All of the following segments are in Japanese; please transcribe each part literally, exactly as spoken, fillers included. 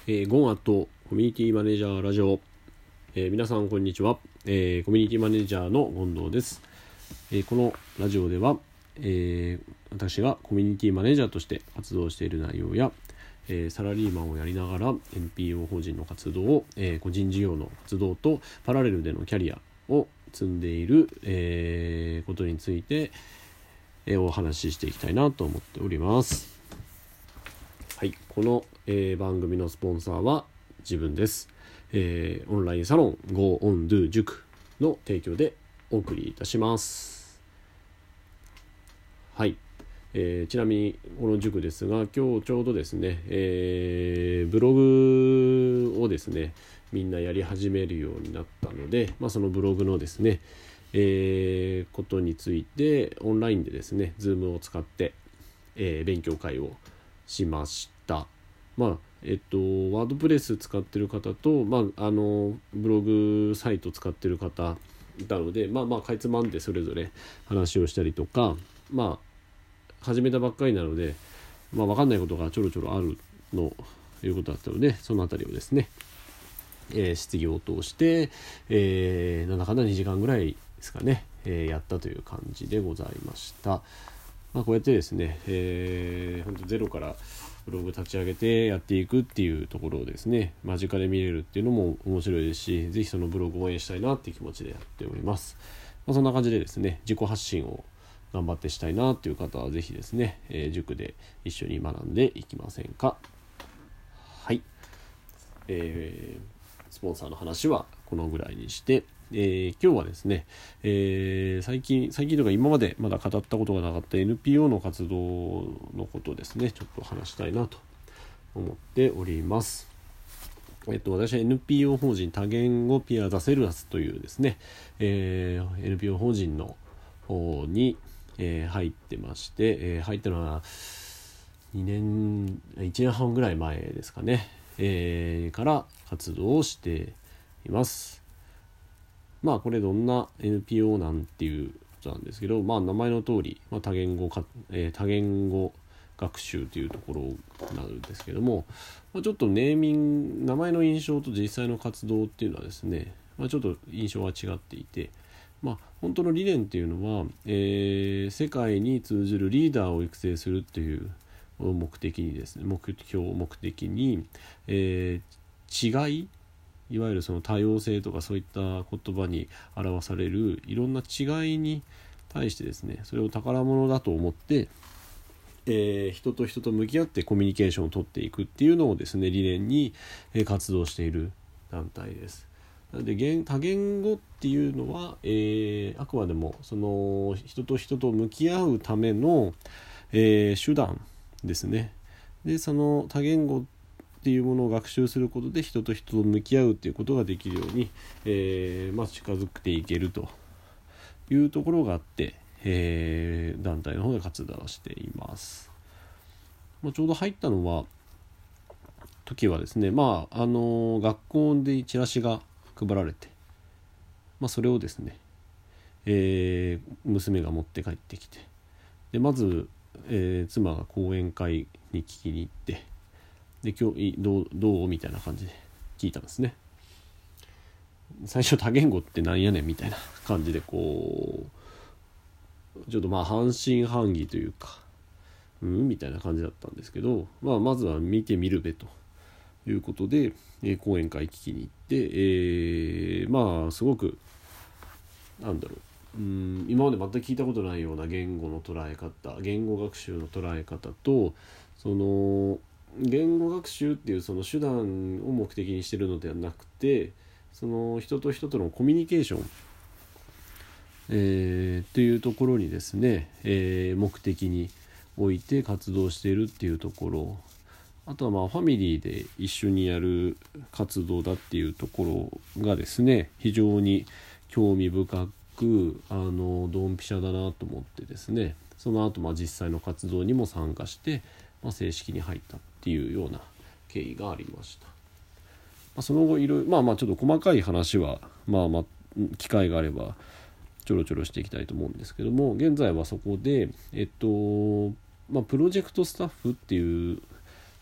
えー、ゴンアットコミュニティマネージャーラジオ、えー、皆さんこんにちは、えー、コミュニティマネージャーの権藤です。えー、このラジオでは、えー、私がコミュニティマネージャーとして活動している内容や、えー、サラリーマンをやりながら エヌピーオー 法人の活動を、えー、個人事業の活動とパラレルでのキャリアを積んでいる、えー、ことについて、えー、お話ししていきたいなと思っております。はい、この、えー、番組のスポンサーは自分です。えー、オンラインサロン GoOnDo 塾の提供でお送りいたします。はい、えー、ちなみにこの塾ですが、今日ちょうどですね、えー、ブログをですねみんなやり始めるようになったので、まあ、そのブログのですね、えー、ことについてオンラインでですね Zoom を使って、えー、勉強会をしました。まあえっとワードプレス使ってる方と、まあ、あのブログサイト使ってる方いたので、まあまあかいつまんでそれぞれ話をしたりとか、まあ始めたばっかりなので、まあ、分かんないことがちょろちょろあるのいうことだったので、そのあたりをですね、えー、質疑応答して、えー、なんだかんだにじかんぐらいですかね、えー、やったという感じでございました。まあ、こうやってですね、えー、本当ゼロからブログ立ち上げてやっていくっていうところをですね間近で見れるっていうのも面白いですし、ぜひそのブログを応援したいなっていう気持ちでやっております。まあ、そんな感じでですね自己発信を頑張ってしたいなっていう方はぜひですね、えー、塾で一緒に学んでいきませんか。はい、えー、スポンサーの話はこのぐらいにして、えー、今日はですね、えー、最近最近というか今までまだ語ったことがなかった エヌピーオー の活動のことをですねちょっと話したいなと思っております。えっと、私は エヌピーオー 法人多言語ピアザセルアスというですね、えー、エヌピーオー 法人の方に、えー、入ってまして、えー、入ったのはにねんいちねんはんぐらい前ですかね、えー、から活動をしています。まあこれどんな エヌピーオー なんていうことなんですけど、まあ名前の通り、まあ、多言語か、えー、多言語学習というところになるんですけども、まあ、ちょっとネーミング名前の印象と実際の活動っていうのはですね、まあ、ちょっと印象が違っていて、まあ本当の理念っていうのは、えー、世界に通じるリーダーを育成するっていう目的にですね目標目的に、えー、違いいわゆるその多様性とかそういった言葉に表されるいろんな違いに対してですねそれを宝物だと思って、えー、人と人と向き合ってコミュニケーションを取っていくっていうのをですね理念に、えー、活動している団体です。なので多言語っていうのは、えー、あくまでもその人と人と向き合うための、えー、手段ですね。でその多言語っていうものを学習することで人と人と向き合うっていうことができるように、えーまあ、近づっていけるというところがあって、えー、団体の方で活動をしています。まあ、ちょうど入ったのは時はですね、まああの学校でチラシが配られて、まあ、それをですね、えー、娘が持って帰ってきて、でまず、えー、妻が講演会に聞きに行って、で今日どうどうみたいな感じで聞いたんですね。最初多言語ってなんやねんみたいな感じでこうちょっとまあ半信半疑というかうんみたいな感じだったんですけど、まあ、まずは見てみるべということで、えー、講演会聞きに行って、えー、まあすごくなんだろううん今まで全く聞いたことないような言語の捉え方言語学習の捉え方と、その言語学習っていうその手段を目的にしているのではなくて、その人と人とのコミュニケーション、えー、っていうところにですね、えー、目的に置いて活動しているっていうところ、あとはまあファミリーで一緒にやる活動だっていうところがですね非常に興味深くあのドンピシャだなと思ってですね、その後まあ実際の活動にも参加して、まあ、正式に入ったっていうような経緯がありました。まあ、その後いろいろまあまあちょっと細かい話はまあまあ機会があればちょろちょろしていきたいと思うんですけども、現在はそこでえっとまあプロジェクトスタッフっていう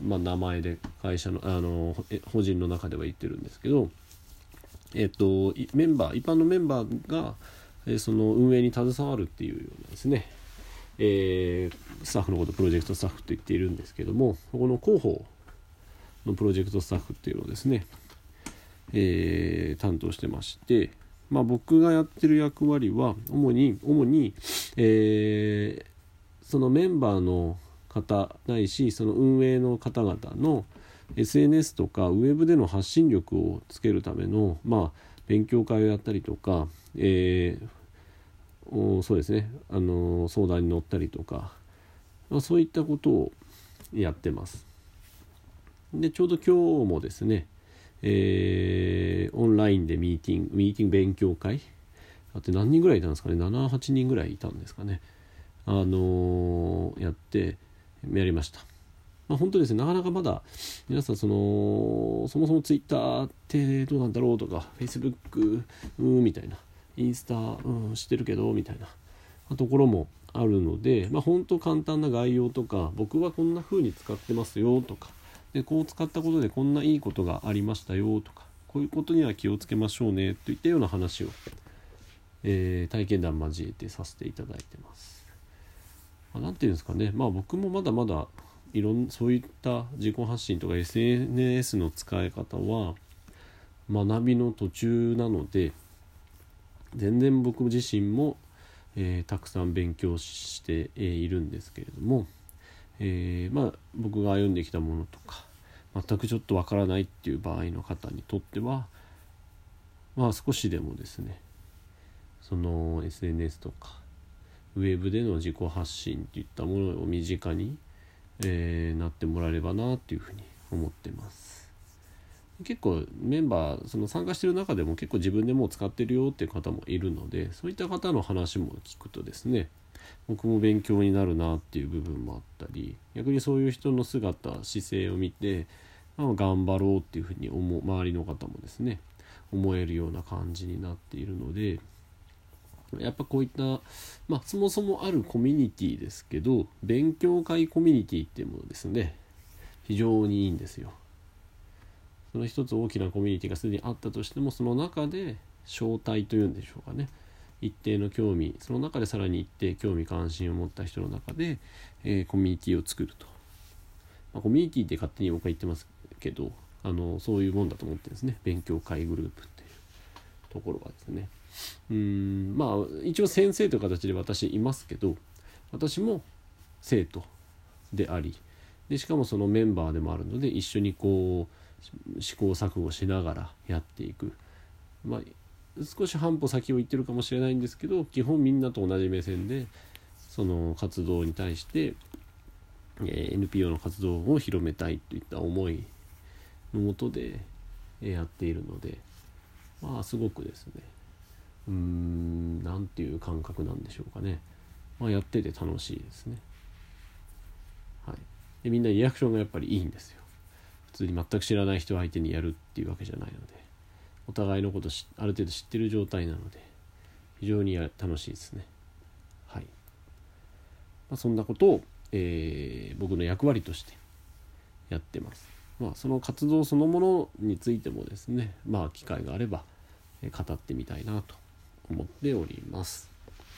まあ、名前で会社の、あの法人の中では言ってるんですけど、えっと、メンバー一般のメンバーが、えー、その運営に携わるっていうようなですね、えー、スタッフのことをプロジェクトスタッフと言っているんですけども、この広報のプロジェクトスタッフっていうのをですね、えー、担当してまして、まあ、僕がやってる役割は主に主に、えー、そのメンバーの方ないしその運営の方々の エスエヌエス とかウェブでの発信力をつけるための、まあ、勉強会をやったりとか、えー、そうですね、あの相談に乗ったりとか、まあ、そういったことをやってます。でちょうど今日もですね、えー、オンラインでミーティングミーティング勉強会あって何人ぐらいいたんですかね、ななはちにんぐらいいたんですかね、あのー、やってやりました。まあ、本当ですね、なかなかまだ皆さんそのそもそもツイッターってどうなんだろうとか、フェイスブックうーんみたいな、インスタうん知ってるけどみたいなところもあるので、まあ、本当簡単な概要とか、僕はこんな風に使ってますよとか、でこう使ったことでこんないいことがありましたよとか、こういうことには気をつけましょうねといったような話を、えー、体験談交えてさせていただいてます。まあ、なんていうんですかね、まあ僕もまだまだいろんそういった自己発信とか エスエヌエス の使い方は学びの途中なので、全然僕自身も、えー、たくさん勉強して、えー、いるんですけれども、えー、まあ僕が歩んできたものとか全くちょっとわからないっていう場合の方にとっては、まあ少しでもですね、その エスエヌエス とかウェブでの自己発信といったものを身近に、えー、なってもらえればなっていうふうに思ってます。結構メンバーその参加している中でも結構自分でもう使ってるよっていう方もいるので、そういった方の話も聞くとですね、僕も勉強になるなっていう部分もあったり、逆にそういう人の姿姿勢を見て、まあ、頑張ろうっていうふうに思う周りの方もですね思えるような感じになっているので、やっぱこういった、まあ、そもそもあるコミュニティですけど、勉強会コミュニティっていうものですね、非常にいいんですよ。その一つ大きなコミュニティがすでにあったとしても、その中で招待というんでしょうかね、一定の興味、その中でさらに一定興味関心を持った人の中で、えー、コミュニティを作ると、まあ、コミュニティって勝手に僕は言ってますけど、あのそういうもんだと思ってるんですね、勉強会グループっていうところはですね。うーんまあ一応先生という形で私いますけど、私も生徒であり、でしかもそのメンバーでもあるので、一緒にこう試行錯誤しながらやっていく、まあ少し半歩先を行ってるかもしれないんですけど、基本みんなと同じ目線でその活動に対して、えー、エヌピーオー の活動を広めたいといった思いのもとでやっているので、まあすごくですね、うーんなんていう感覚なんでしょうかね、まあ、やってて楽しいですね。はい、でみんなリアクションがやっぱりいいんですよ。普通に全く知らない人相手にやるっていうわけじゃないので、お互いのことある程度知ってる状態なので非常に楽しいですね。はい、まあ、そんなことを、えー、僕の役割としてやってます。まあその活動そのものについてもですね、まあ機会があれば語ってみたいなと思っております。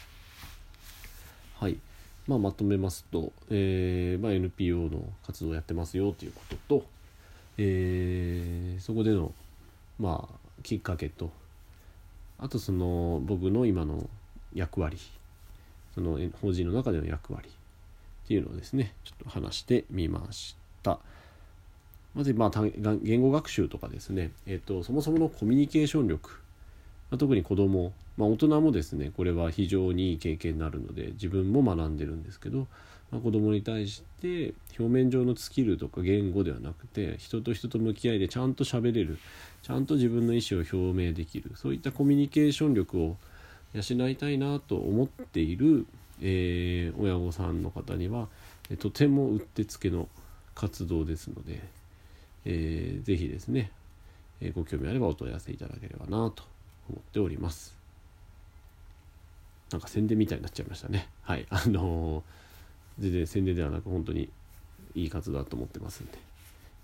はい、まあ、まとめますと、えーまあ、エヌピーオー の活動をやってますよということと、えー、そこでの、まあ、きっかけと、あとその僕の今の役割、その法人の中での役割っていうのをですねちょっと話してみました。まず、まあ、言語学習とかですね、えーと、そもそものコミュニケーション力、まあ、特に子ども、まあ、大人もですねこれは非常にいい経験になるので自分も学んでるんですけど、まあ、子どもに対して表面上のスキルとか言語ではなくて、人と人と向き合いでちゃんと喋れる、ちゃんと自分の意思を表明できる、そういったコミュニケーション力を養いたいなと思っている、えー、親御さんの方にはとてもうってつけの活動ですので、えー、ぜひですね、えー、ご興味あればお問い合わせいただければなと思っております。なんか宣伝みたいになっちゃいましたね。はい、あのー、全然宣伝ではなく本当にいい活動だと思ってますんで、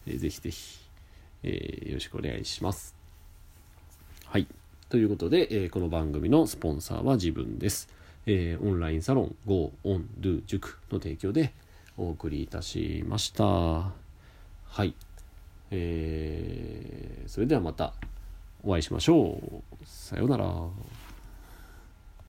えー、ぜひぜひ、えー、よろしくお願いします。はい。ということで、えー、この番組のスポンサーは自分です。えー、オンラインサロン Go On Do 塾の提供でお送りいたしました。はい。えー、それではまたお会いしましょう。さようなら。